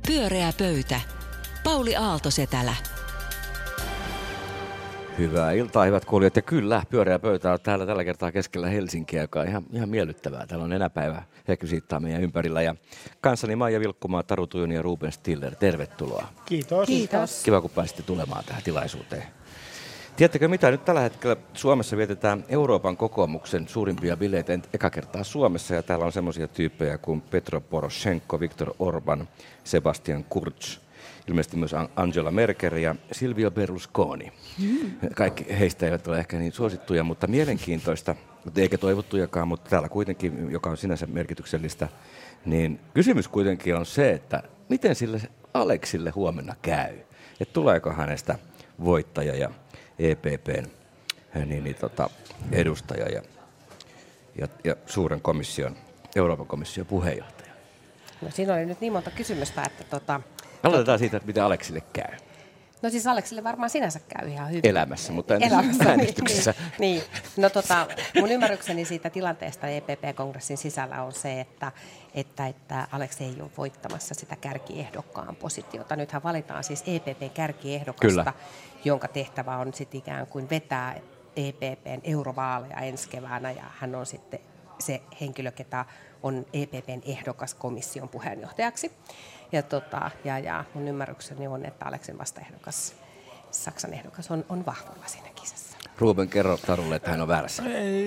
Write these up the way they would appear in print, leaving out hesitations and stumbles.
Pyöreä pöytä. Pauli Aalto-Setälä. Hyvää iltaa, hyvät kuulijat. Ja kyllä, pyöreä pöytä on täällä tällä kertaa keskellä Helsinkiä, joka on ihan miellyttävää. Täällä on enäpäivä hekusiittaa meidän ympärillä. Ja kanssani Maija Vilkkumaa, Taru Tujuni ja Ruben Stiller. Tervetuloa. Kiitos. Kiitos. Kiva, kun pääsitte tulemaan tähän tilaisuuteen. Tiedättekö mitä? Nyt tällä hetkellä Suomessa vietetään Euroopan kokoomuksen suurimpia bileitä eka kertaa Suomessa. Ja täällä on semmoisia tyyppejä kuin Petro Poroshenko, Viktor Orban, Sebastian Kurz, ilmeisesti myös Angela Merkel ja Silvio Berlusconi. Kaikki heistä eivät ole ehkä niin suosittuja, mutta mielenkiintoista, eikä toivottujakaan, mutta täällä kuitenkin, joka on sinänsä merkityksellistä, niin kysymys kuitenkin on se, että miten sille Aleksille huomenna käy? Että tuleeko hänestä voittaja ja EPPn edustaja ja suuren komission, Euroopan komission puheenjohtaja? No siinä oli nyt niin monta kysymystä, että Aloitetaan siitä, että miten Aleksille käy. No siis Aleksille varmaan sinänsä käy ihan hyvin. Elämässä, mutta äänestyksessä. Niin. No mun ymmärrykseni siitä tilanteesta EPP-kongressin sisällä on se, että Aleksi ei ole voittamassa sitä kärkiehdokkaan positiota. Nythän valitaan siis EPP-kärkiehdokasta, kyllä, jonka tehtävä on sitten ikään kuin vetää EPPn eurovaaleja ensi keväänä, ja hän on sitten se henkilö, ketä on EPPn ehdokas komission puheenjohtajaksi. Ja mun ymmärrykseni on, että Aleksin vastaehdokas, Saksan ehdokas, on vahvalla siinä kisassa. Ruben, kerro Tarulle, että hän on väärässä.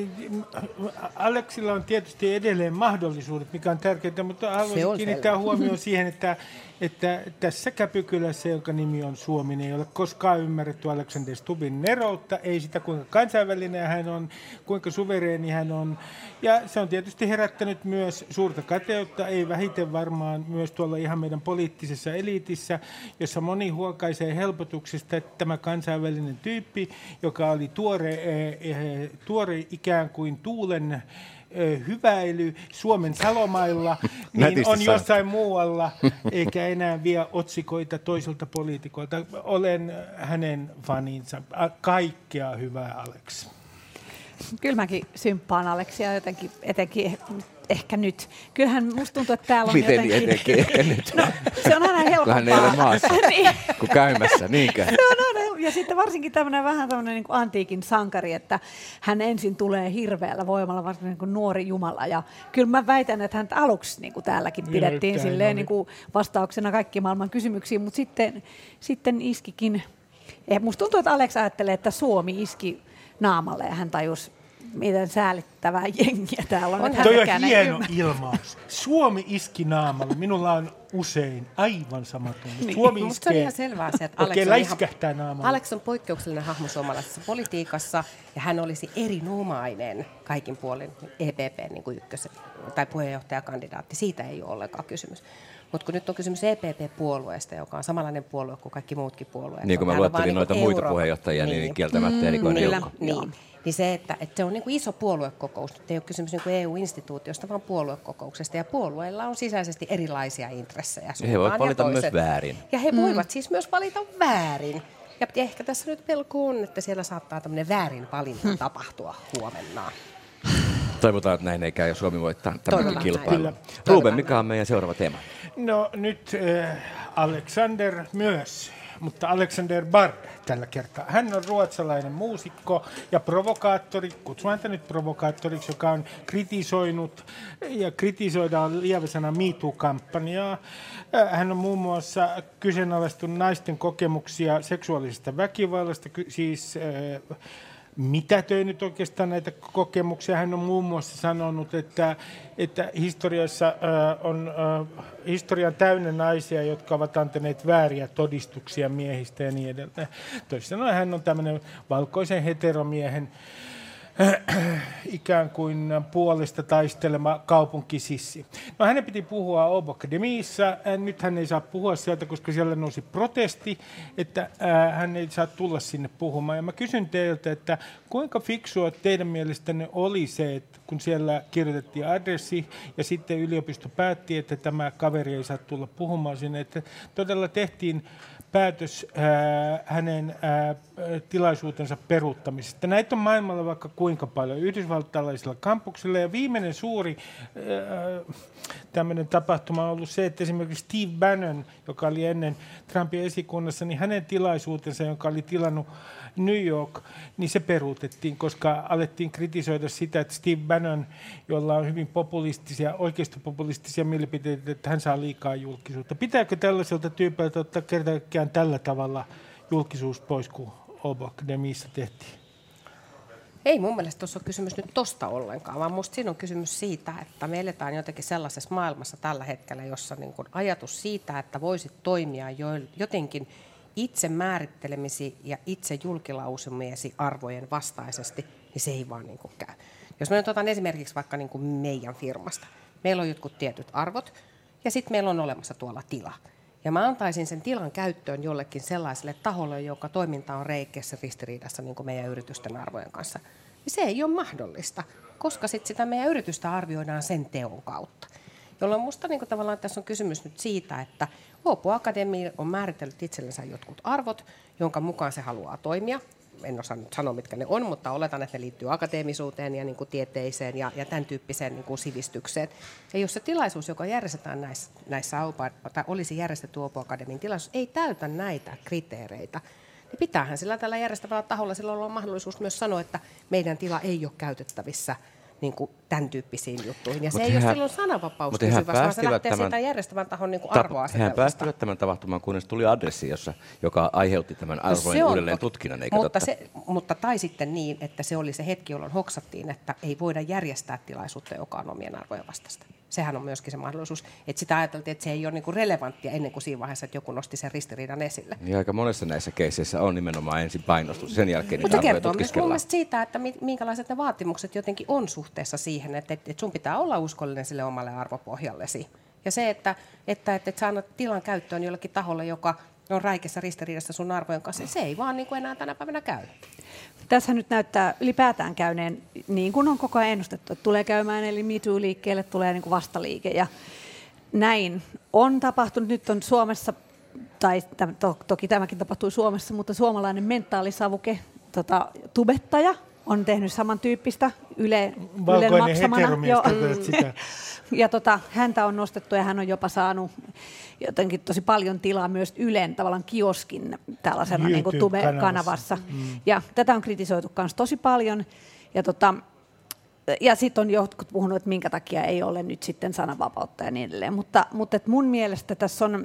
Aleksilla on tietysti edelleen mahdollisuudet, mikä on tärkeää, mutta haluaisin kiinnittää huomioon siihen, että tässä käpykylässä, jonka nimi on Suomi, ei ole koskaan ymmärretty Alexander Stubbin neroutta, ei sitä kuinka kansainvälinen hän on, kuinka suvereeni hän on. Ja se on tietysti herättänyt myös suurta kateutta, ei vähiten varmaan myös tuolla ihan meidän poliittisessa eliitissä, jossa moni huokaisee helpotuksesta, että tämä kansainvälinen tyyppi, joka oli tuore ikään kuin tuulen hyväily Suomen salomailla, niin on jossain muualla, eikä enää vie otsikoita toiselta poliitikolta. Olen hänen faninsa. Kaikkea hyvää, Alex. Kyllä mäkin symppaan Aleksia jotenkin, etenkin ehkä nyt. Kyllähän musta tuntuu, että täällä on miten jotenkin... etenkin ehkä nyt? No, se on aina helpompaa. Kun hän ei ole maassa, niin. kun käymässä, niinkään. Ja sitten varsinkin vähän tämmöinen niin kuin antiikin sankari, että hän ensin tulee hirveällä voimalla, varsinkin niin kuin nuori jumala. Ja kyllä mä väitän, että hän aluksi niin kuin täälläkin pidettiin silleen, niin kuin vastauksena kaikkiin maailman kysymyksiin, mutta sitten iskikin. Musta tuntuu, että Alex ajattelee, että Suomi iski naamalle ja hän tajusi, miten säälittävää jengiä täällä on. Toi on hieno ilmaus. Suomi iski naamalle. Minulla on usein aivan sama tunne. Suomi iskee. Se on ihan selvää se, että Alex on poikkeuksellinen hahmo suomalaisessa politiikassa, ja hän olisi erinomainen kaikin puolin EPPn niin kuin tai puheenjohtajakandidaatti. Siitä ei ole ollenkaan kysymys. Mutta kun nyt on kysymys EPP-puolueesta, joka on samanlainen puolue kuin kaikki muutkin puolueet. Niin kuin mä luettelin noita muita puheenjohtajia, niin kieltämättä erikoinen joukko. Niin se, että se on niin kuin iso puoluekokous. Nyt ei ole kysymys niin kuin EU-instituutiosta, vaan puoluekokouksesta. Ja puolueilla on sisäisesti erilaisia intressejä. He voivat valita myös väärin. Ja he voivat siis myös valita väärin. Ja ehkä tässä nyt pelko on, että siellä saattaa tämmöinen väärin valinta tapahtua huomenna. Toivotaan, että näin ei käy ja Suomi voittaa tämänkin kilpailun. Ruben, mikä on meidän seuraava teema? No nyt Alexander myös, mutta Alexander Bard tällä kertaa. Hän on ruotsalainen muusikko ja provokaattori, kutsun häntä nyt provokaattoriksi, joka on kritisoinut ja kritisoidaan lieväsana MeToo-kampanjaa. Hän on muun muassa kyseenalaistunut naisten kokemuksia seksuaalisesta väkivallasta, siis mitätöinyt oikeastaan näitä kokemuksia. Hän on muun muassa sanonut, että historiassa on historian täynnä naisia, jotka ovat antaneet vääriä todistuksia miehistä ja niin edelleen. Toisin sanoen hän on tämmöinen valkoisen heteromiehen ikään kuin puolesta taistelema kaupunkisissi. No hänen piti puhua Åbo Akademiissa. Nyt hän ei saa puhua sieltä, koska siellä nousi protesti, että hän ei saa tulla sinne puhumaan. Ja mä kysyn teiltä, että kuinka fiksua teidän mielestänne oli se, että kun siellä kirjoitettiin adressi ja sitten yliopisto päätti, että tämä kaveri ei saa tulla puhumaan sinne, että todella tehtiin päätös hänen tilaisuutensa peruuttamisesta. Näitä on maailmalla vaikka kuinka paljon yhdysvaltalaisilla kampuksilla. Ja viimeinen suuri tämmöinen tapahtuma on ollut se, että esimerkiksi Steve Bannon, joka oli ennen Trumpin esikunnassa, niin hänen tilaisuutensa, jonka oli tilannut New York, niin se peruutettiin, koska alettiin kritisoida sitä, että Steve Bannon, jolla on hyvin oikeistopopulistisia mielipiteitä, että hän saa liikaa julkisuutta. Pitääkö tällaiselta tyypiltä ottaa kertaakaan tällä tavalla julkisuus pois, kuin Obama-akademiissa tehtiin? Ei mun mielestä tuossa ole kysymys nyt tosta ollenkaan, vaan musta siinä on kysymys siitä, että me eletään jotenkin sellaisessa maailmassa tällä hetkellä, jossa niin kun ajatus siitä, että voisit toimia jotenkin itse määrittelemisi ja itse julkilausumiesi arvojen vastaisesti, niin se ei vaan niin kuin käy. Jos mä nyt otan esimerkiksi vaikka niin kuin meidän firmasta. Meillä on jotkut tietyt arvot ja sitten meillä on olemassa tuolla tila. Ja mä antaisin sen tilan käyttöön jollekin sellaiselle taholle, joka toiminta on räikeässä ristiriidassa niin kuin meidän yritysten arvojen kanssa. Ja se ei ole mahdollista, koska sit sitä meidän yritystä arvioidaan sen teon kautta. Jolloin musta niin kuin tavallaan tässä on kysymys nyt siitä, että Åbo Akademia on määritellyt itsellensä jotkut arvot, jonka mukaan se haluaa toimia. En osaa nyt sanoa, mitkä ne on, mutta oletan, että ne liittyy akateemisuuteen ja niin kuin tieteeseen ja tämän tyyppiseen niin kuin sivistykseen. Ja jos se tilaisuus, joka järjestetään näissä tai olisi järjestetty Åbo Akademian tilaisuus, ei täytä näitä kriteereitä, niin pitäähän sillä tällä järjestävällä taholla silloin on mahdollisuus myös sanoa, että meidän tila ei ole käytettävissä niin kuin tämän tyyppisiin juttuihin. Ja se ei ole silloin sananvapauskysymys, vaan se lähtee siitä järjestävän tahon niin arvoasetelmasta. Hehän päästivät tämän tapahtumaan, kunnes tuli adressi, joka aiheutti tämän arvojen uudelleen tutkinnan, eikä totta? Mutta tai sitten niin, että se oli se hetki, jolloin hoksattiin, että ei voida järjestää tilaisuutta, joka on omien arvojen vastaista. Sehän on myöskin se mahdollisuus, että sitä ajateltiin, että se ei ole niin kuin relevanttia ennen kuin siinä vaiheessa, että joku nosti sen ristiriidan esille. Niin aika monessa näissä keisseissä on nimenomaan ensin painostus, sen jälkeen niitä arvoja tutkiskellaan. Mutta se kertoo siitä, että minkälaiset ne vaatimukset jotenkin on suhteessa siihen, että sun pitää olla uskollinen sille omalle arvopohjallesi. Ja se, että sä annat tilan käyttöön jollekin taholle, joka on räikeässä ristiriidassa sun arvojen kanssa, se ei vaan niin kuin enää tänä päivänä käy. Tässä nyt näyttää ylipäätään käyneen, niin kuin on koko ajan ennustettu, että tulee käymään, eli Me Too-liikkeelle tulee niin kuin vastaliike. Ja näin on tapahtunut. Nyt on Suomessa, tai toki tämäkin tapahtui Suomessa, mutta suomalainen mentaalisavuke, tubettaja, on tehnyt samantyyppistä Ylen maksamana. Sitä. Ja häntä on nostettu ja hän on jopa saanut jotenkin tosi paljon tilaa myös Ylen tavallaan kioskin tällaisena niin kuin Tube-kanavassa. Ja tätä on kritisoitu myös tosi paljon. Ja sitten on jotkut puhunut, että minkä takia ei ole nyt sitten sananvapautta ja niin edelleen. Mutta mun mielestä tässä on...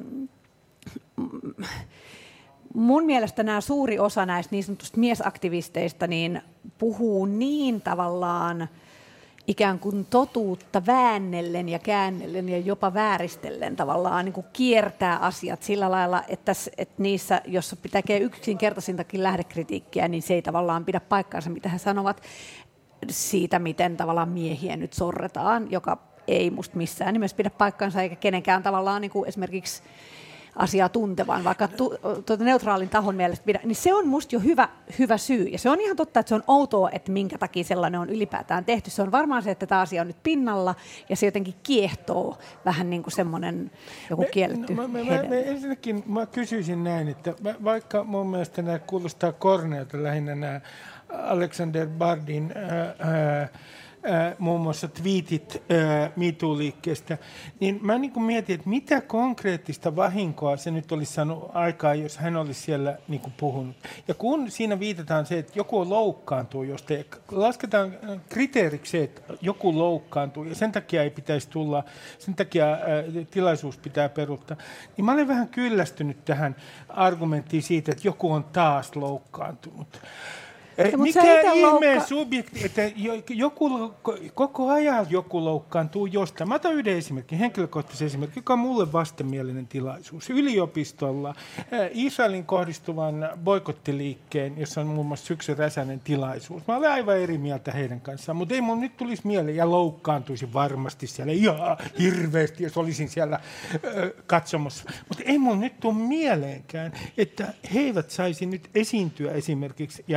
Mun mielestä nämä suuri osa näistä niin sanotusta miesaktivisteista niin puhuu niin tavallaan ikään kuin totuutta väännellen ja käännellen ja jopa vääristellen tavallaan niin kuin kiertää asiat sillä lailla, että niissä, jos tekee yksinkertaisintakin lähdekritiikkiä, niin se ei tavallaan pidä paikkaansa, mitä he sanovat siitä, miten tavallaan miehiä nyt sorretaan, joka ei musta missään nimessä pidä paikkaansa eikä kenenkään tavallaan niin kuin esimerkiksi asiaa tuntevan, vaikka neutraalin tahon mielestä pidä, niin se on musta jo hyvä syy. Ja se on ihan totta, että se on outoa, että minkä takia sellainen on ylipäätään tehty. Se on varmaan se, että tämä asia on nyt pinnalla ja se jotenkin kiehtoo vähän niin kuin semmoinen joku kielletty ensinnäkin mä kysyisin näin, että vaikka mun mielestä nämä kuulostaa korneilta lähinnä nämä Alexander Bardin muun muassa tweetit Me Too-liikkeestä, niin mä niin kuin mietin, että mitä konkreettista vahinkoa se nyt olisi saanut aikaa, jos hän olisi siellä niin kuin puhunut. Ja kun siinä viitataan se, että joku loukkaantuu, jos lasketaan kriteeriksi se, että joku loukkaantuu ja sen takia ei pitäisi tulla, sen takia tilaisuus pitää peruuttaa, niin mä olen vähän kyllästynyt tähän argumenttiin siitä, että joku on taas loukkaantunut. Mikä ihmeen subjekti, että koko ajan joku loukkaantuu jostain. Mä otan yhden esimerkin, henkilökohtaisen esimerkin, joka on mulle vastenmielinen tilaisuus. Yliopistolla Israelin kohdistuvan boikottiliikkeen, jossa on muun muassa Syksy Räsänen tilaisuus. Mä olen aivan eri mieltä heidän kanssaan, mutta ei mun nyt tulisi mieleen ja loukkaantuisin varmasti siellä ihan hirveästi, jos olisin siellä katsomassa. Mutta ei mun nyt tule mieleenkään, että he eivät saisi nyt esiintyä esimerkiksi, ja heillä on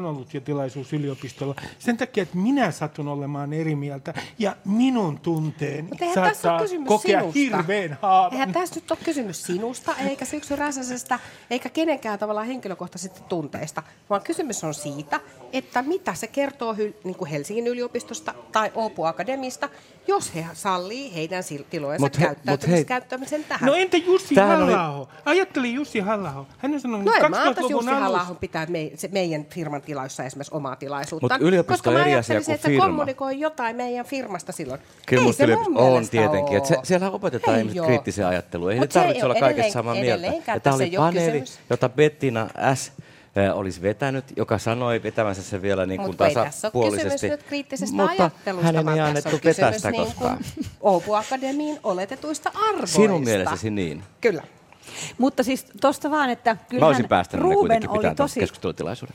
ollut jo tilaisuus yliopistolla. Sen takia, että minä satun olemaan eri mieltä ja minun tunteeni saattaa kokea hirveän haavan. Eihän tässä nyt ole kysymys sinusta, eikä Syksy Räsäsestä, eikä kenenkään tavallaan henkilökohtaisista tunteista, vaan kysymys on siitä, että mitä se kertoo niin kuin Helsingin yliopistosta tai Åbo Akademista, jos he sallii heidän tilojensa käyttämisen tähän. No entä Jussi Halla-aho? Ajattelin Jussi Halla-aho. Hän on sanonut 2000-luvun Jussi Halla-ahon pitää meidän firman tiloissa esimerkiksi omaa tilaisuuttaan. Koska mä ajattelisin, että se kommunikoi jotain meidän firmasta silloin. Kyllä ei se mun on tietenkin. Että siellä opetetaan ihmiset kriittisiä ajattelua. Ei nyt tarvitse olla kaikesta samaa mieltä. Ja tämä oli paneeli, jota Bettina S. olisi vetänyt, joka sanoi vetämänsä se vielä niin kuin tasapuolisesti. Mutta hänen ei annettu vetää sitä koskaan. Åbo Akademiin oletetuista arvoista. Sinun mielessäsi niin. Kyllä. Mutta siis tuosta vaan, että kyllähän Ruben oli tosi keskustelutilaisuuden.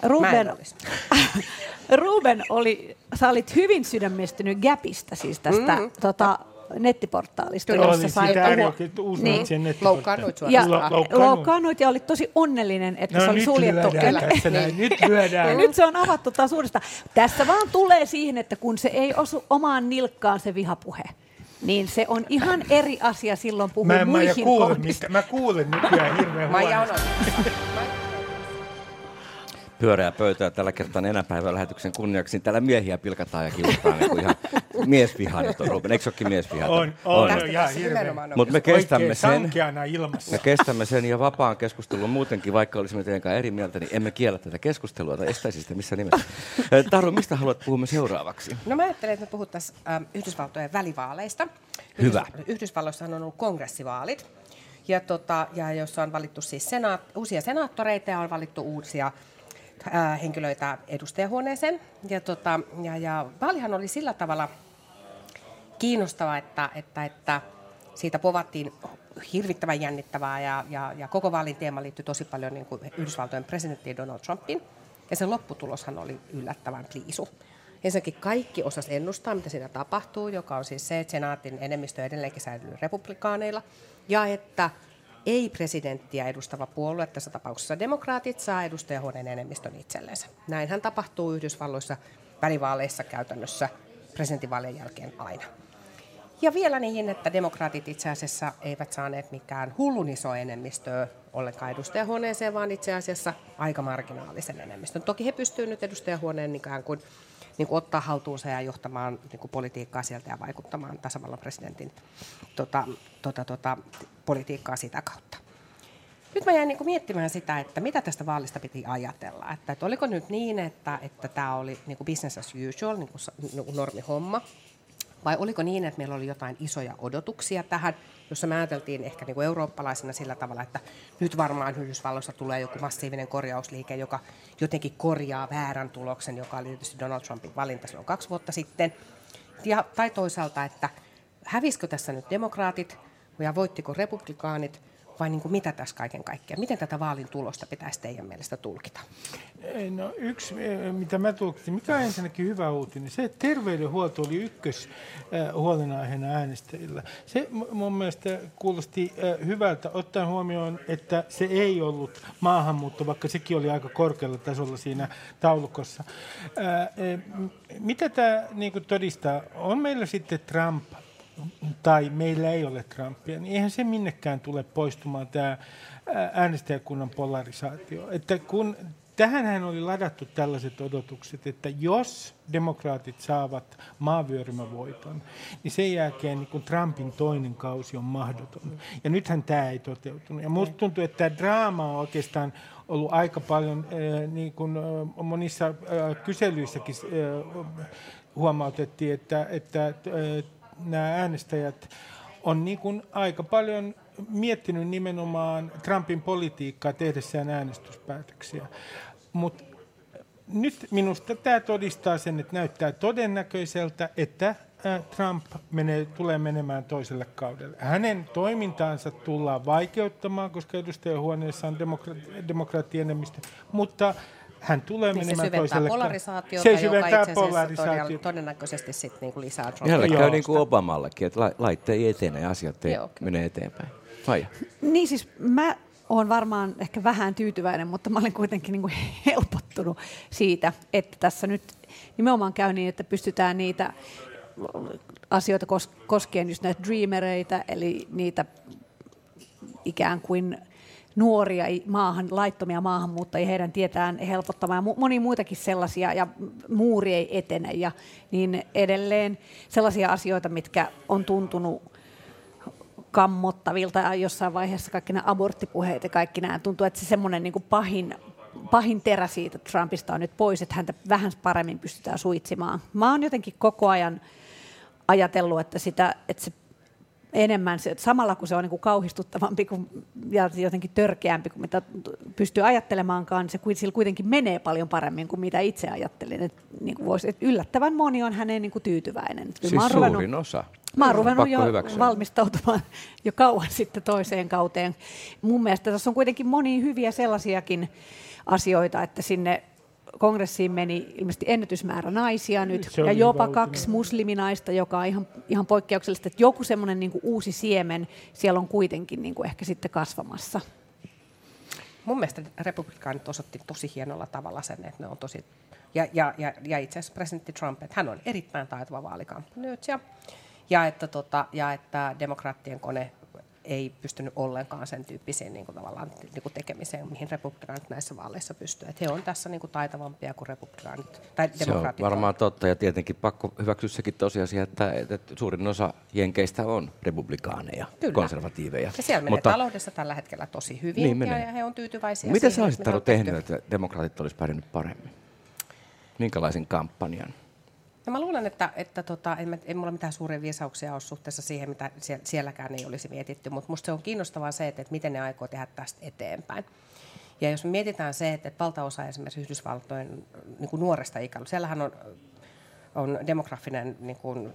Ruben sä olit hyvin sydämestynyt Gapista, siis tästä nettiportaalista, jossa sai puhua. Loukkaannuit ja olit tosi onnellinen, että se oli suljettu. Nyt se on avattu taas uudestaan. Tässä vaan tulee siihen, että kun se ei osu omaan nilkkaan se vihapuhe, niin se on ihan eri asia silloin puhua muihin kohdista. Mä kuulen nykyään hirveän huonosti. Pyöreä pöytää tällä kertaa enäpäivän lähetyksen kunniaksi. Täällä miehiä pilkataan ja kiusataan niin kuin ihan miesvihainen tuon Ruben. Eikö se olekin miesvihainen? On ihan hirveän. Mutta me kestämme sen. Me kestämme sen ja vapaan keskustelun muutenkin, vaikka olisimme tietenkään eri mieltä, niin emme kiellä tätä keskustelua tai estäisi sitä missään nimessä. Taru, mistä haluat puhumme seuraavaksi? No mä ajattelen, että me puhuttaisiin Yhdysvaltojen välivaaleista. Hyvä. Yhdysvalloissa on ollut kongressivaalit, ja jossa on valittu siis uusia senaattoreita ja on valittu uusia henkilöitä edustajahuoneeseen. Ja vaalihan oli sillä tavalla kiinnostava, että siitä povattiin hirvittävän jännittävää ja koko vaalin teema liittyi tosi paljon niin kuin Yhdysvaltojen presidenttiin Donald Trumpiin. Ja sen lopputuloshan oli yllättävän pliisu. Ensinnäkin kaikki osas ennustaa, mitä siinä tapahtuu, joka on siis se, että senaatin enemmistö edelleenkin säilyy republikaaneilla ja että ei-presidenttiä edustava puolue, tässä tapauksessa demokraatit, saa edustajahuoneen enemmistön itsellensä. Näinhän tapahtuu Yhdysvalloissa välivaaleissa käytännössä presidentinvaalien jälkeen aina. Ja vielä niin, että demokraatit itse asiassa eivät saaneet mikään hullun iso enemmistöä ollenkaan edustajahuoneeseen, vaan itse asiassa aika marginaalisen enemmistön. Toki he pystyvät nyt edustajahuoneen ikään kuin ottaa haltuunsa ja johtamaan politiikkaa sieltä ja vaikuttamaan tasavallan presidentin politiikkaa sitä kautta. Nyt mä jäin miettimään sitä, että mitä tästä vaalista piti ajatella. Että oliko nyt niin, että tämä oli business as usual, normihomma, vai oliko niin, että meillä oli jotain isoja odotuksia tähän, jossa me ajateltiin ehkä eurooppalaisena sillä tavalla, että nyt varmaan Yhdysvalloissa tulee joku massiivinen korjausliike, joka jotenkin korjaa väärän tuloksen, joka oli tietysti Donald Trumpin valinta silloin 2 vuotta sitten. Tai toisaalta, että hävisikö tässä nyt demokraatit ja voittiko republikaanit, vai mitä tässä kaiken kaikkiaan? Miten tätä vaalin tulosta pitäisi teidän mielestä tulkita? No yksi, mitä mä tulkitin, mikä on ensinnäkin hyvä uutinen, se, että terveydenhuolto oli huolenaiheena äänestäjillä. Se mun mielestä kuulosti hyvältä, ottaen huomioon, että se ei ollut maahanmuutto, vaikka sekin oli aika korkealla tasolla siinä taulukossa. Mitä tämä todistaa? On meillä sitten Trump, tai meillä ei ole Trumpia, niin eihän se minnekään tule poistumaan tämä äänestäjäkunnan polarisaatio. Että kun tähänhän oli ladattu tällaiset odotukset, että jos demokraatit saavat maavyörymävoiton, niin sen jälkeen niin Trumpin toinen kausi on mahdoton. Ja nythän tämä ei toteutunut. Ja musta tuntuu, että tämä draama on oikeastaan ollut aika paljon, niin kuin monissa kyselyissäkin huomautettiin, että nämä äänestäjät on aika paljon miettinyt nimenomaan Trumpin politiikkaa tehdessään äänestyspäätöksiä. Mutta nyt minusta tämä todistaa sen, että näyttää todennäköiseltä, että Trump tulee menemään toiselle kaudelle. Hänen toimintaansa tullaan vaikeuttamaan, koska edustajahuoneessa on demokraattienemmistö, mutta hän tulee menemään toiselle kaudelle. Se syventää polarisaatiota. Todennäköisesti sitten lisää Trumpia. Hänellä käy niin kuin Obamallakin, että laitteet ei etene ja asiat menee eteenpäin. Vai? Niin siis mä olen varmaan ehkä vähän tyytyväinen, mutta mä olen kuitenkin niin kuin helpottunut siitä, että tässä nyt nimenomaan käy niin, että pystytään niitä asioita koskien just näitä dreamereitä, eli niitä ikään kuin nuoria laittomia maahanmuuttajia, heidän tietään helpottamaan ja monia muitakin sellaisia, ja muuri ei etene ja niin edelleen. Sellaisia asioita, mitkä on tuntunut kammottavilta ja jossain vaiheessa kaikki nämä aborttipuheet ja kaikki nämä. Tuntuu, että se semmoinen niin kuin pahin terä siitä Trumpista on nyt pois, että häntä vähän paremmin pystytään suitsimaan. Mä oon jotenkin koko ajan ajatellut, että se enemmän, samalla kun se on niin kuin kauhistuttavampi ja jotenkin törkeämpi kuin mitä pystyy ajattelemaankaan, sillä kuitenkin menee paljon paremmin kuin mitä itse ajattelin. Että niin kuin että yllättävän moni on häneen niin kuin tyytyväinen. Siis suurin osa. Mä oon ruvennut jo valmistautumaan jo kauan sitten toiseen kauteen. Mun mielestä tässä on kuitenkin monia hyviä sellaisiakin asioita, että sinne kongressiin meni ilmeisesti ennätysmäärä naisia nyt, ja jopa 2 musliminaista, joka on ihan poikkeuksellista, että joku semmoinen niin kuin uusi siemen siellä on kuitenkin niin kuin ehkä sitten kasvamassa. Mun mielestä republikaanit osoitti tosi hienolla tavalla sen, että ne on tosi, ja itse asiassa presidentti Trump, että hän on erittäin taitava vaalikampanjoitsija, ja että demokraattien kone ei pystynyt ollenkaan sen tyyppisiin niin kuin tavallaan niin kuin tekemiseen, mihin republikaanit näissä vaaleissa pystyy. Että he on tässä niin kuin taitavampia kuin republikaanit tai demokraatit. Se on varmaan totta, ja tietenkin pakko hyväksyä sekin tosiasia, että suurin osa jenkeistä on republikaaneja, kyllä, konservatiiveja. Ja siellä menee taloudessa tällä hetkellä tosi hyvin, niin ja he on tyytyväisiä. Mitä sä olisit tehnyt, että demokraatit olisi pärjännyt paremmin? Minkälaisen kampanjan? No mä luulen, että ei mulla mitään suuria viisauksia ole suhteessa siihen, mitä sielläkään ei olisi mietitty, mutta musta se on kiinnostavaa se, että miten ne aikoo tehdä tästä eteenpäin. Ja jos me mietitään se, että valtaosa esimerkiksi Yhdysvaltojen niin kuin nuoresta ikäluokasta, siellähän on demografinen niin kuin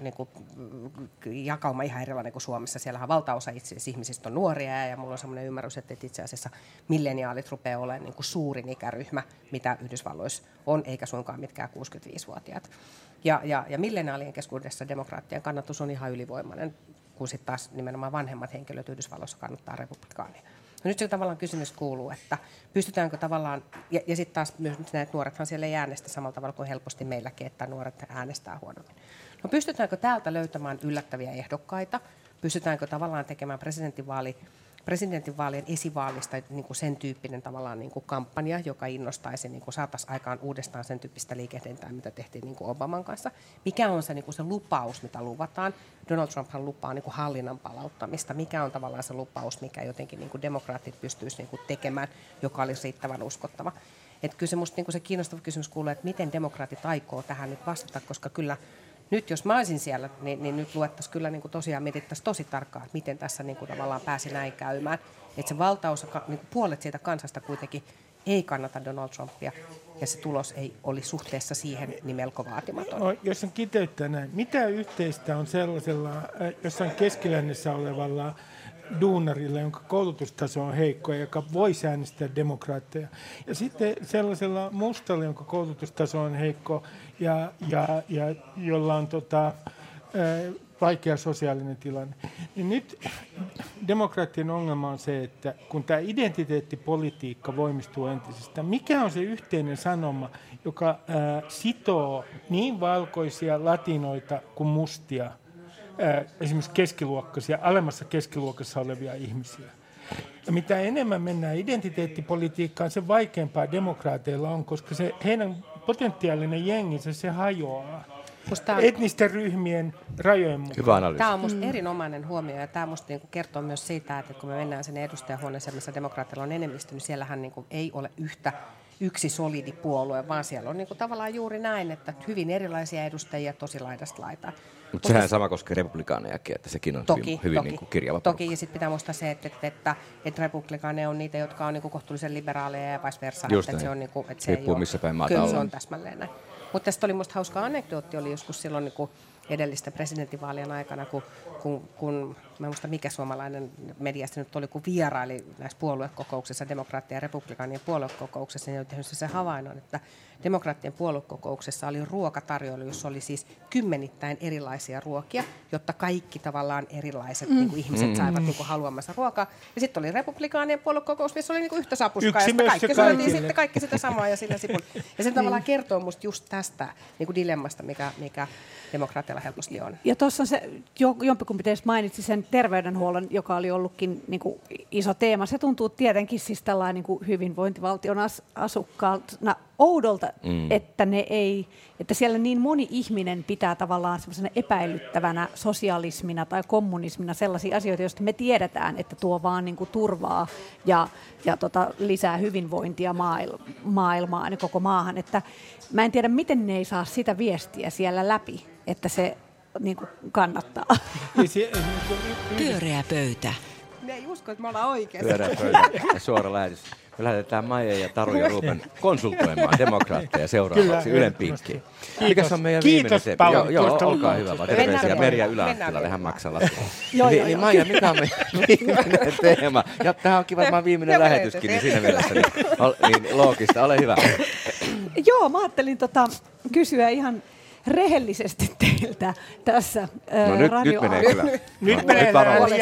jakauma ihan erilainen kuin Suomessa. Siellähän valtaosa ihmisistä on nuoria, ja mulla on sellainen ymmärrys, että itse asiassa milleniaalit rupeaa olemaan niin kuin suurin ikäryhmä, mitä Yhdysvalloissa on, eikä suinkaan mitkään 65-vuotiaat. Ja milleniaalien keskuudessa demokraattien kannatus on ihan ylivoimainen, kun sitten taas nimenomaan vanhemmat henkilöt Yhdysvalloissa kannattaa republikaania. No nyt se tavallaan kysymys kuuluu, että pystytäänkö tavallaan, ja sitten taas myös näitä nuorethan siellä ei äänestä samalla tavalla kuin helposti meilläkin, että nuoret äänestää huonommin. No pystytäänkö täältä löytämään yllättäviä ehdokkaita? Pystytäänkö tavallaan tekemään presidentinvaalien esivaalista niin kuin sen tyyppinen tavallaan niin kuin kampanja, joka innostaisi, niin kuin saataisiin aikaan uudestaan sen tyyppistä liikehdintää, mitä tehtiin niin kuin Obaman kanssa. Mikä on se, niin kuin se lupaus, mitä luvataan? Donald Trumphan lupaa niin kuin hallinnan palauttamista. Mikä on tavallaan se lupaus, mikä jotenkin niin kuin demokraatit pystyisivät niin kuin tekemään, joka olisi riittävän uskottava? Että kyllä se musta niin kuin se kiinnostava kysymys kuuluu, että miten demokraatit aikoo tähän nyt vastata, koska kyllä nyt jos mä olisin siellä, niin nyt luettaisiin kyllä niin kuin tosiaan mietittäisiin tosi tarkkaan, että miten tässä niin kuin tavallaan pääsi näin käymään. Että se valtaosa, niin kuin puolet siitä kansasta kuitenkin ei kannata Donald Trumpia, ja se tulos ei oli suhteessa siihen niin melko vaatimaton. No, jos on kiteyttää näin, mitä yhteistä on sellaisella jossain keskilännessä olevalla duunarilla, jonka koulutustaso on heikko ja joka voi äänestää demokraatteja. Ja sitten sellaisella mustalla, jonka koulutustaso on heikko ja jolla on vaikea sosiaalinen tilanne. Niin nyt demokraattien ongelma on se, että kun tämä identiteettipolitiikka voimistuu entisestään, mikä on se yhteinen sanoma, joka sitoo niin valkoisia latinoita kuin mustia, esimerkiksi keskiluokkaisia, alemmassa keskiluokassa olevia ihmisiä. Ja mitä enemmän mennään identiteettipolitiikkaan, sen vaikeampaa demokraateilla on, koska se heidän potentiaalinen jenginsä, se hajoaa etnisten ryhmien rajojen mukaan. Tämä on minusta erinomainen huomio, ja tämä minusta niinku kertoo myös siitä, että kun me mennään sinne edustajahuoneeseen, missä demokraatilla on enemmistö, niin siellähän niinku ei ole yksi solidi puolue, vaan siellä on niinku tavallaan juuri näin, että hyvin erilaisia edustajia tosi laidasta laitaan. Mutta sehän sama koskee republikaanejakin, että sekin on hyvin niin kuin kirjava porukka. Toki, ja sitten pitää muistaa se, että republikaaneja on niitä, jotka on niinku kohtuullisen liberaaleja ja vice versa. Just että näin. se on niinku, että riippuu missä päin maata kyllä ollaan. se on täsmälleen näin. Mutta tästä oli musta hauska anekdootti, oli joskus silloin, edellisten presidentinvaalien aikana, kun mä en muista mikä suomalainen mediasta nyt oli, kun vieraili näissä puoluekokouksissa, demokraattien ja republikaanien puoluekokouksessa, niin oli tehnyt se havainnon, että demokraattien puoluekokouksessa oli ruokatarjoilu, jossa oli siis kymmenittäin erilaisia ruokia, jotta kaikki tavallaan erilaiset niin kuin ihmiset saivat niin kuin haluamansa ruokaa. Ja sitten oli republikaanien puoluekokous, missä oli niin kuin yhtä sapuskaa, ja kaikki syötiin sitten kaikki sitä samaa ja sillä sipun. Ja se tavallaan kertoo musta just tästä niin kuin dilemmasta, mikä demokraatilla helposti on. Ja tuossa se jompikumpi teistä mainitsi sen terveydenhuollon, joka oli ollutkin niin kuin iso teema. Se tuntuu tietenkin siis tällainen niin kuin hyvinvointivaltion asukkaana oudolta, että siellä niin moni ihminen pitää tavallaan semmoisena epäilyttävänä sosialismina tai kommunismina sellaisia asioita, joista me tiedetään, että tuo vaan niin kuin turvaa ja lisää hyvinvointia maailmaan ja koko maahan. Että mä en tiedä, miten ne ei saa sitä viestiä siellä läpi, että se niin kuin kannattaa. Pyöreä pöytä. Ne ei usko, että me ollaan oikeassa. Pyöreä pöytä ja suora lähetys. Me lähetetään Maija ja Taru ja Ruben konsultoimaan demokraatteja seuraavaksi Ylen piikkiin. Mikäs on meidän viimeinen teema? Joo, olkaa hyvä. Terveisiä Merja Ylä-Anttilalle, hän maksaa laskua. Niin Maija, mikä on meidän viimeinen teema? Ja tämä on kiva viimeinen lähetyskin, niin siinä mielessä niin loogista. Ole hyvä. Joo, mä ajattelin kysyä ihan rehellisesti teiltä tässä nyt menee kyllä. Nyt menee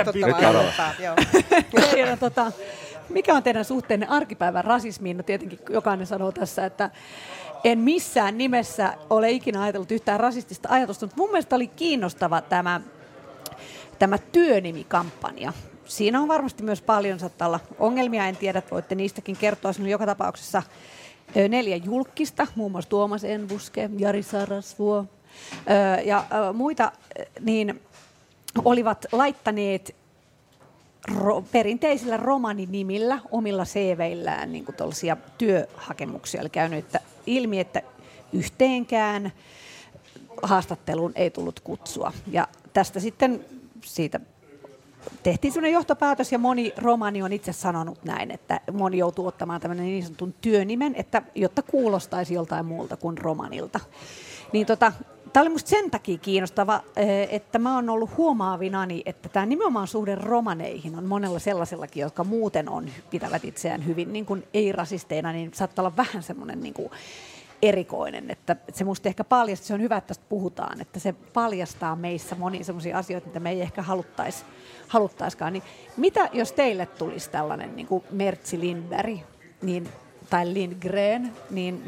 mikä on teidän suhteenne arkipäivän rasismiin? No tietenkin jokainen sanoo tässä, että en missään nimessä ole ikinä ajatellut yhtään rasistista ajatusta, mutta mun mielestä oli kiinnostava tämä työnimikampanja. Siinä on varmasti myös paljon saattaa olla ongelmia, en tiedä, voitte niistäkin kertoa. Siinä on joka tapauksessa 4 julkkista, muun muassa Tuomas Enbuske, Jari Sarasvuo ja muita, niin olivat laittaneet perinteisillä romaninimillä omilla CV-illään niin kuin tuollaisia työhakemuksia. Eli käynyt ilmi, että yhteenkään haastatteluun ei tullut kutsua. Ja tästä sitten siitä tehtiin sellainen johtopäätös, ja moni romani on itse sanonut näin, että moni joutuu ottamaan tämmöinen niin sanotun työnimen, jotta kuulostaisi joltain muulta kuin romanilta. Niin tämä oli musta sen takia kiinnostava, että mä oon ollut huomaavinani, että tämä nimenomaan suhde romaneihin on monella sellaisellakin, jotka muuten pitävät itseään hyvin niin kuin ei-rasisteina, niin saattaa olla vähän semmoinen niin kuin erikoinen, että se musta ehkä paljastaa, se on hyvä, että tästä puhutaan, että se paljastaa meissä monia semmoisia asioita, mitä me ei ehkä haluttaiskaan. Niin mitä jos teille tulisi tällainen niin kuin Mertsi Lindberg tai Lindgren, niin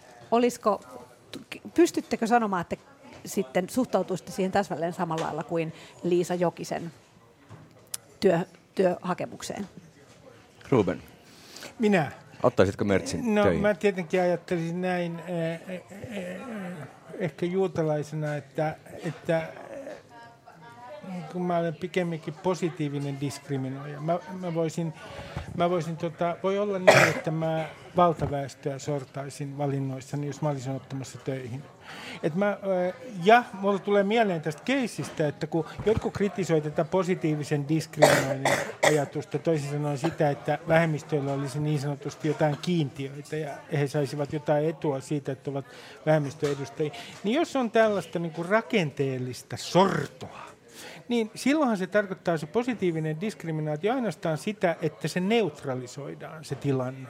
pystyttekö sanomaan, että sitten suhtautuisitte siihen täsmälleen samalla lailla kuin Liisa Jokisen työhakemukseen? Ruben. Minä? Ottaisitko Mertsin töihin? Mä tietenkin ajattelisin näin ehkä juutalaisena, että kun mä olen pikemminkin positiivinen diskriminoija. Voi olla niin, että mä valtaväestöä sortaisin valinnoissani, jos mä olisin ottamassa töihin. Ja mulle tulee mieleen tästä keissistä, että kun jotkut kritisoi tätä positiivisen diskriminoinnin ajatusta, toisin sanoen sitä, että vähemmistöillä olisi niin sanotusti jotain kiintiöitä ja he saisivat jotain etua siitä, että ovat vähemmistöedustajia, niin jos on tällaista niin kuin rakenteellista sortoa, niin silloinhan se tarkoittaa se positiivinen diskriminaatio ainoastaan sitä, että se neutralisoidaan se tilanne.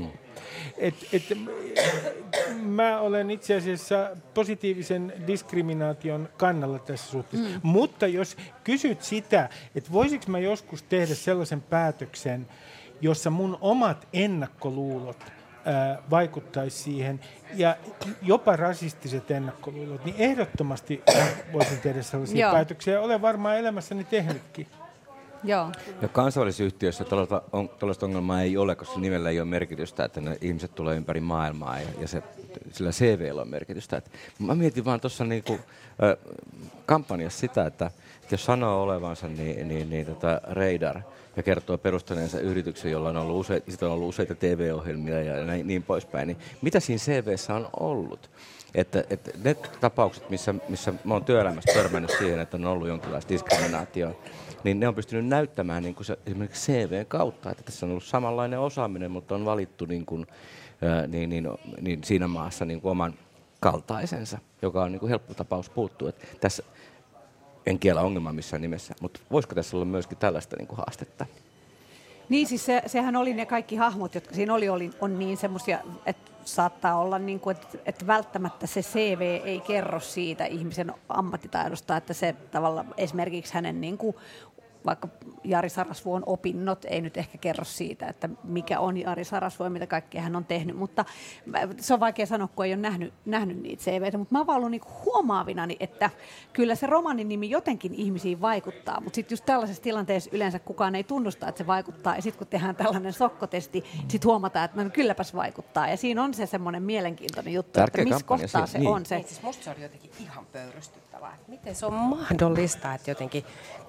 Mä olen itse asiassa positiivisen diskriminaation kannalla tässä suhteessa. Mutta jos kysyt sitä, että voisiko mä joskus tehdä sellaisen päätöksen, jossa mun omat ennakkoluulot vaikuttaisi siihen, ja jopa rasistiset ennakkoluulot, niin ehdottomasti voisin tehdä sellaisia päätöksiä. Olen varmaan elämässäni tehnytkin. Joo. Ja kansainvälisessä yhtiössä tällaista ongelmaa ei ole, koska nimellä ei ole merkitystä, että ne ihmiset tulee ympäri maailmaa ja sillä CV:llä on merkitystä. Mä mietin vaan tuossa niinku, kampanjassa sitä, että jos sanoo olevansa reidar ja kertoo perustaneensa yrityksen, jolla on ollut useita TV-ohjelmia ja niin poispäin, niin mitä siinä CV:ssä on ollut? Että ne tapaukset, missä mä oon työelämässä törmännyt siihen, että on ollut jonkinlaista diskriminaatiota, niin ne on pystynyt näyttämään niin kuin se, esimerkiksi CV:n kautta, että tässä on ollut samanlainen osaaminen, mutta on valittu niin siinä maassa niin kuin kaltaisensa, joka on niin kuin helppo tapaus puuttua. Että tässä en kiellä ongelmaa missään nimessä, mutta voisiko tässä olla myöskin tällaista niin kuin haastetta? Niin, siis sehän oli ne kaikki hahmot, jotka siinä on niin semmoisia, että saattaa olla, niin kuin, että välttämättä se CV ei kerro siitä ihmisen ammattitaidosta, että se tavallaan esimerkiksi hänen niin kuin, vaikka Jari Sarasvuon opinnot ei nyt ehkä kerro siitä, että mikä on Jari Sarasvuo ja mitä kaikkea hän on tehnyt, mutta se on vaikea sanoa, kun ei ole nähnyt niitä CV:tä, mutta mä oon vaan ollut niinku huomaavinani, että kyllä se romanin nimi jotenkin ihmisiin vaikuttaa, mutta sitten just tällaisessa tilanteessa yleensä kukaan ei tunnusta, että se vaikuttaa, ja sitten kun tehdään tällainen sokkotesti, sitten huomataan, että no, kylläpäs vaikuttaa, ja siinä on se semmoinen mielenkiintoinen juttu, tärkeä että missä kohtaa se niin on se. Siis musta se oli jotenkin ihan pöyristyttävää, että miten se on mahdollista, että jotenkin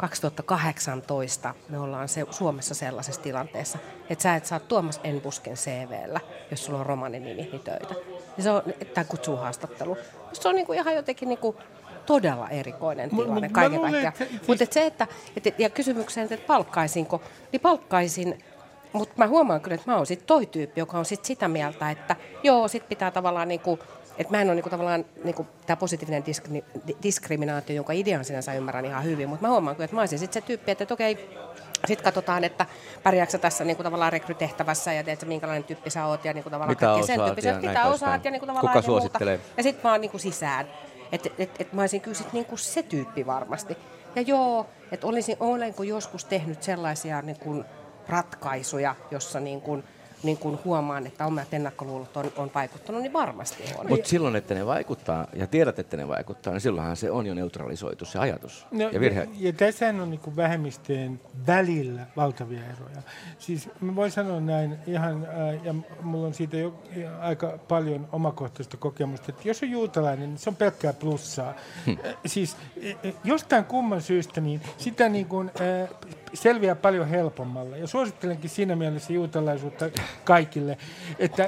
2018 me ollaan Suomessa sellaisessa tilanteessa, että sä et saa Tuomas Enbusken CV:llä, jos sulla on romanin nimi, niin töitä. Ja se on tämä kutsuhaastattelu. Se on niinku ihan jotenkin niinku todella erikoinen tilanne kaiken kaikkiaan. Mutta ja kysymykseen, että palkkaisinko, niin palkkaisin. Mutta mä huomaan kyllä, että mä oon sitten toi tyyppi, joka on sit sitä mieltä, että joo, sit pitää tavallaan niinku, että mä en ole niinku tavallaan niinku tämä positiivinen diskriminaatio, jonka idean sinänsä ymmärrän ihan hyvin, mutta mä huomaan kyllä, että mä olisin sitten se tyyppi, että okei, sitten katsotaan, että pärjääkö sä tässä niinku tavallaan rekrytehtävässä ja teet sä minkälainen tyyppi sä oot ja niinku tavallaan mitä kaikkea sen osaat tyyppisiä, mitä osaat ja niinku tavallaan kuka ja suosittelee? muuta. Ja sitten vaan niinku sisään. Että mä olisin kyllä sit niinku se tyyppi varmasti. Ja joo, että olenko joskus tehnyt sellaisia niinku ratkaisuja, jossa niin kuin huomaan, että omat ennakkoluulot on vaikuttanut, niin varmasti on. Mutta silloin, että ne vaikuttaa, ja tiedät, että ne vaikuttaa, niin silloinhan se on jo neutralisoitu se ajatus. No, ja tässähän on niin vähemmistöjen välillä valtavia eroja. Siis mä voin sanoa näin ihan, ja mulla on siitä jo aika paljon omakohtaista kokemusta, että jos on juutalainen, niin se on pelkkää plussaa. Siis jostain kumman syystä, niin sitä niin kuin, selviää paljon helpommalla. Ja suosittelenkin siinä mielessä juutalaisuutta kaikille, että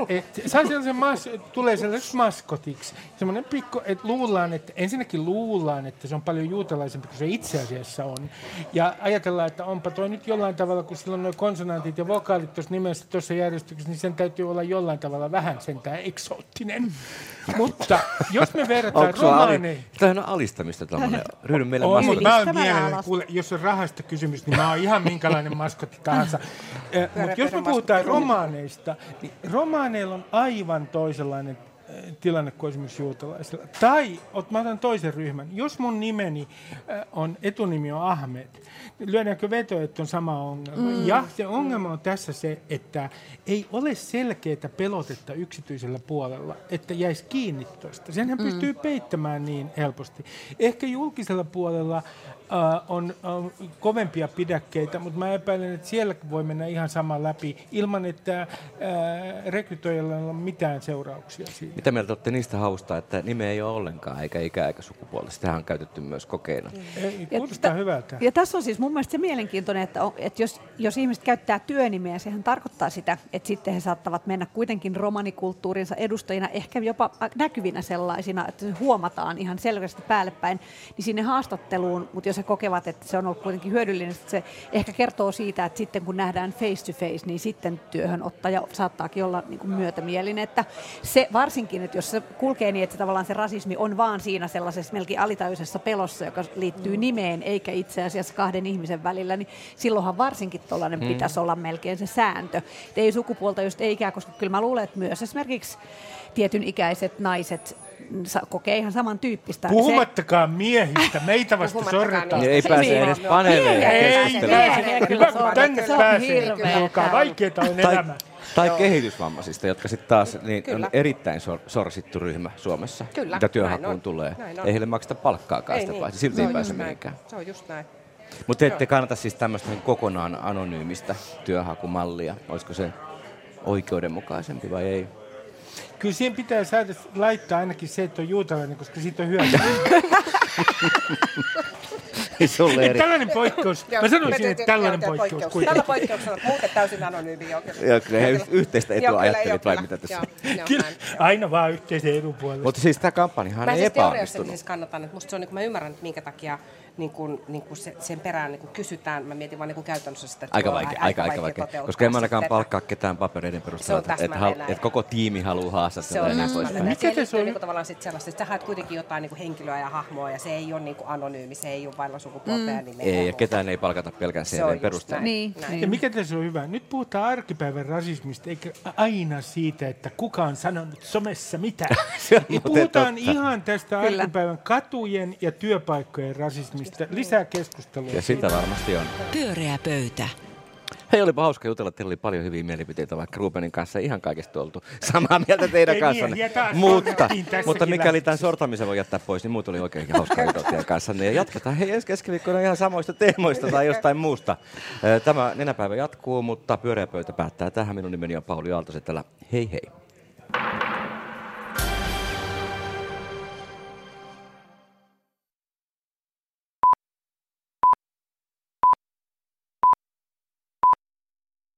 tulee sellaiseksi maskotiksi. Semmoinen pikku, että ensinnäkin luullaan, että se on paljon juutalaisempi kuin se itse asiassa on. Ja ajatellaan, että onpa toi nyt jollain tavalla, kun sillä on nuo konsonantit ja vokaalit tuossa nimessä tuossa järjestyksessä, niin sen täytyy olla jollain tavalla vähän sentään eksoottinen. Mutta jos me verrataan romaaneihin... Tämä on alistamista tämmöinen. Ryhdyn meille maskotti. Mä oon mielelläni, jos on rahasta kysymys, niin mä oon ihan minkälainen maskotti tahansa. Mutta jos me puhutaan romaaneista, niin romaaneilla on aivan toisenlainen tilanne kuin esimerkiksi juutalaisilla. Tai, mä otan toisen ryhmän. Jos mun nimeni etunimi on Ahmed, niin lyödäänkö veto, että on sama ongelma? Ja se ongelma on tässä se, että ei ole selkeää pelotetta yksityisellä puolella, että jäisi kiinni tuosta. Senhän pystyy peittämään niin helposti. Ehkä julkisella puolella on kovempia pidäkkeitä, mutta mä epäilen, että siellä voi mennä ihan sama läpi ilman, että rekrytoijalla on mitään seurauksia siitä. Mitä mieltä olette niistä hausta, että nimeä ei ole ollenkaan, eikä ikää eikä sukupuolta? Sitähän on käytetty myös kokeina. Kuulostaa hyvältä. Ja tässä on siis mun mielestä se mielenkiintoinen, että jos ihmiset käyttää työnimeä, sehän tarkoittaa sitä, että sitten he saattavat mennä kuitenkin romanikulttuurinsa edustajina, ehkä jopa näkyvinä sellaisina, että se huomataan ihan selvästi päälle päin, niin sinne haastatteluun, mutta jos he kokevat, että se on ollut kuitenkin hyödyllinen, että se ehkä kertoo siitä, että sitten kun nähdään face to face, niin sitten työhönottaja saattaakin olla niin kuin myötämielinen, että se varsinkin, että jos se kulkee niin, että se tavallaan se rasismi on vaan siinä sellaisessa melkein alitajuisessa pelossa, joka liittyy nimeen eikä itse asiassa kahden ihmisen välillä, niin silloinhan varsinkin tuollainen pitäisi olla melkein se sääntö. Et ei sukupuolta just ei ikään, koska kyllä mä luulen, että myös esimerkiksi tietyn ikäiset naiset kokee ihan samantyyppistä. Puhumattakaan miehistä, meitä vasta sorretaan. Ei pääse edes paneeleihin keskustelemaan. Tänne pääsee, kuulkaa, vaikeeta on elämä. Tai kehitysvammaisista, jotka sitten taas on erittäin sorsittu ryhmä Suomessa, Kyllä, mitä työhakuun tulee. Ei heille makseta palkkaakaan sitä päästä, silti ei pääse mihinkään. Se on just näin. Mutta ette kannata siis tämmöistä kokonaan anonyymistä työhakumallia. Olisiko se oikeudenmukaisempi vai ei? Kyllä siihen pitää laittaa ainakin se, että on juutalainen, koska siitä on hyötyä. Tällainen poikkeus. Mä sanoisin, että tällainen poikkeus. Tällä poikkeuksella, muuten täysin anonyymi. Joo, kyllä he yhteistä etua ajattelit vai mitä tässä? Kyllä, aina vaan yhteisen edun puolesta. Mutta siis tämä kampanjahan ei epäonnistunut. Mä siis kannatan, että musta se on, niin mä ymmärrän, että minkä takia sen perään niin kuin kysytään. Mä mietin vaan niin kuin käytännössä sitä, että aika vaikea. Koska en mä ainakaan palkkaa ketään papereiden perusteella, että koko tiimi haluaa haastatella. Mikä tässä on? Niin tavallaan sit sellaista, että sä haet kuitenkin jotain niin kuin henkilöä ja hahmoa, ja se ei ole niin kuin anonyymi, se ei ole vailla sukupuolta ja nimeä. Ei, ja ketään ei palkata pelkän CV:n perusteella. Niin. Ja mikä tässä on hyvä? Nyt puhutaan arkipäivän rasismista, eikä aina siitä, että kuka on sanonut somessa mitä. Puhutaan ihan tästä arkipäivän katujen ja työpaikkojen rasismista. Lisää keskustelua. Ja sitä varmasti on. Pyöreä pöytä. Hei, olipa hauska jutella. Teillä oli paljon hyviä mielipiteitä, vaikka Rubenin kanssa ihan kaikesta oltu samaa mieltä teidän kanssanne. Mutta mikäli tämän sortamisen voi jättää pois, niin muut oli oikein hauskaa jutella teidän kanssanne. Ja jatketaan ensi keskiviikkona ihan samoista teemoista tai jostain muusta. Tämä nenäpäivä jatkuu, mutta pyöreä pöytä päättää tähän. Minun nimeni on Pauli Aalto-Setälä. Hei hei.